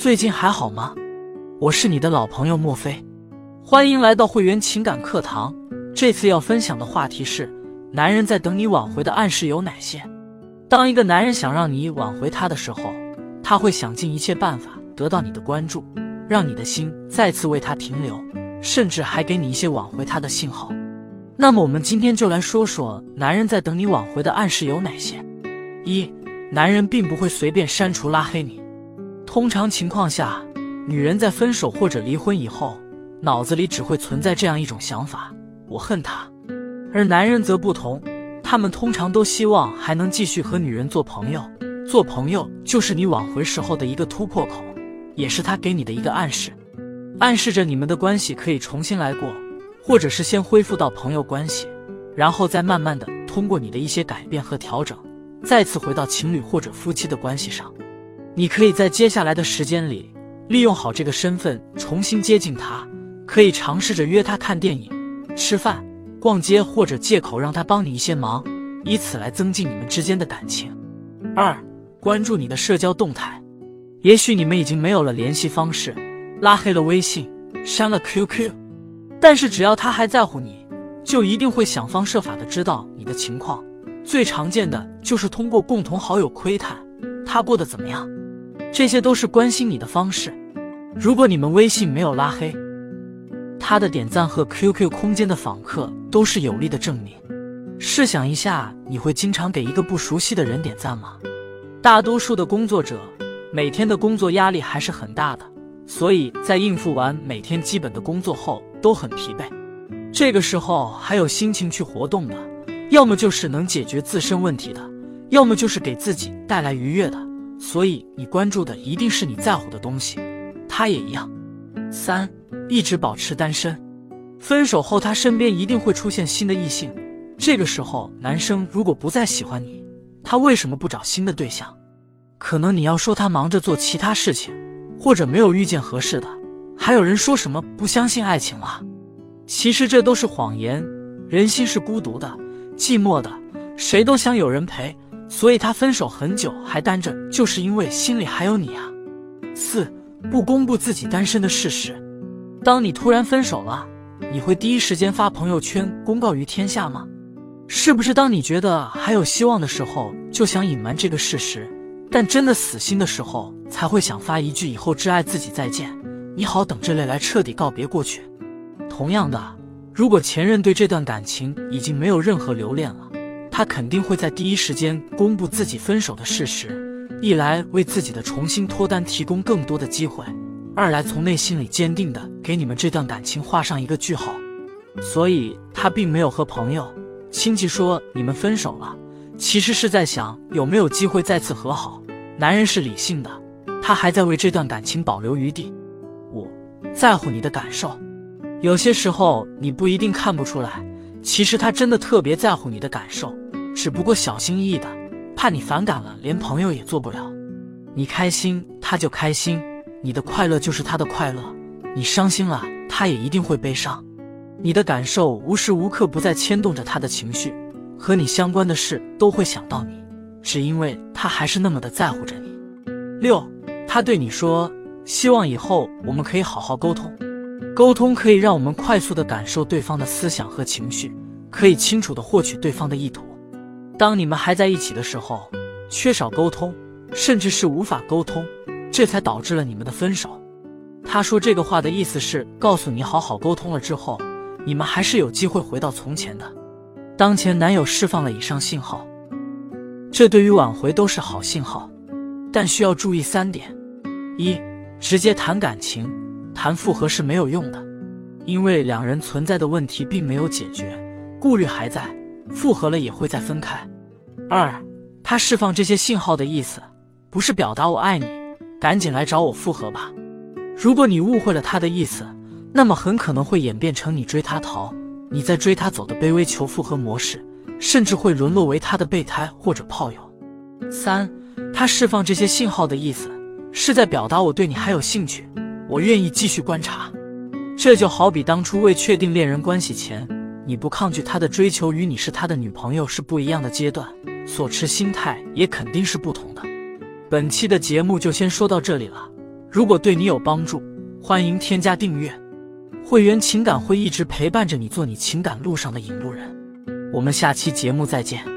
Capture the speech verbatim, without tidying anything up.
最近还好吗？我是你的老朋友莫非，欢迎来到会员情感课堂。这次要分享的话题是，男人在等你挽回的暗示有哪些？当一个男人想让你挽回他的时候，他会想尽一切办法得到你的关注，让你的心再次为他停留，甚至还给你一些挽回他的信号。那么我们今天就来说说男人在等你挽回的暗示有哪些。一，男人并不会随便删除拉黑你。通常情况下，女人在分手或者离婚以后，脑子里只会存在这样一种想法：我恨他。而男人则不同，他们通常都希望还能继续和女人做朋友，做朋友就是你挽回时候的一个突破口，也是他给你的一个暗示，暗示着你们的关系可以重新来过，或者是先恢复到朋友关系，然后再慢慢的通过你的一些改变和调整，再次回到情侣或者夫妻的关系上。你可以在接下来的时间里利用好这个身份重新接近他，可以尝试着约他看电影、吃饭、逛街，或者借口让他帮你一些忙，以此来增进你们之间的感情。二，关注你的社交动态。也许你们已经没有了联系方式，拉黑了微信，删了 Q Q， 但是只要他还在乎你，就一定会想方设法的知道你的情况。最常见的就是通过共同好友窥探他过得怎么样，这些都是关心你的方式。如果你们微信没有拉黑，他的点赞和 Q Q 空间的访客都是有力的证明。试想一下，你会经常给一个不熟悉的人点赞吗？大多数的工作者每天的工作压力还是很大的，所以在应付完每天基本的工作后都很疲惫，这个时候还有心情去活动的，要么就是能解决自身问题的，要么就是给自己带来愉悦的，所以你关注的一定是你在乎的东西，他也一样。三，一直保持单身。分手后他身边一定会出现新的异性，这个时候男生如果不再喜欢你，他为什么不找新的对象？可能你要说他忙着做其他事情，或者没有遇见合适的，还有人说什么不相信爱情了。其实这都是谎言，人心是孤独的、寂寞的，谁都想有人陪，所以他分手很久还单着，就是因为心里还有你啊。四，不公布自己单身的事实。当你突然分手了，你会第一时间发朋友圈公告于天下吗？是不是当你觉得还有希望的时候，就想隐瞒这个事实，但真的死心的时候，才会想发一句以后挚爱自己再见，你好等这类来彻底告别过去。同样的，如果前任对这段感情已经没有任何留恋了，他肯定会在第一时间公布自己分手的事实，一来为自己的重新脱单提供更多的机会，二来从内心里坚定的给你们这段感情画上一个句号。所以他并没有和朋友、亲戚说你们分手了，其实是在想有没有机会再次和好。男人是理性的，他还在为这段感情保留余地。五，在乎你的感受。有些时候你不一定看不出来，其实他真的特别在乎你的感受，只不过小心翼翼的，怕你反感了连朋友也做不了。你开心他就开心，你的快乐就是他的快乐，你伤心了他也一定会悲伤。你的感受无时无刻不在牵动着他的情绪，和你相关的事都会想到你，只因为他还是那么的在乎着你。六，他对你说希望以后我们可以好好沟通。沟通可以让我们快速地感受对方的思想和情绪，可以清楚地获取对方的意图。当你们还在一起的时候，缺少沟通，甚至是无法沟通，这才导致了你们的分手。他说这个话的意思是告诉你好好沟通了之后，你们还是有机会回到从前的。当前男友释放了以上信号，这对于挽回都是好信号，但需要注意三点。一，直接谈感情，谈复合是没有用的，因为两人存在的问题并没有解决，顾虑还在，复合了也会再分开。二，他释放这些信号的意思，不是表达我爱你，赶紧来找我复合吧。如果你误会了他的意思，那么很可能会演变成你追他逃，你在追他走的卑微求复合模式，甚至会沦落为他的备胎或者炮友。三，他释放这些信号的意思，是在表达我对你还有兴趣，我愿意继续观察。这就好比当初未确定恋人关系前，你不抗拒他的追求，与你是他的女朋友是不一样的阶段，所持心态也肯定是不同的。本期的节目就先说到这里了。 如果对你有帮助，欢迎添加订阅。会员情感会一直陪伴着你，做你情感路上的引路人。我们下期节目再见。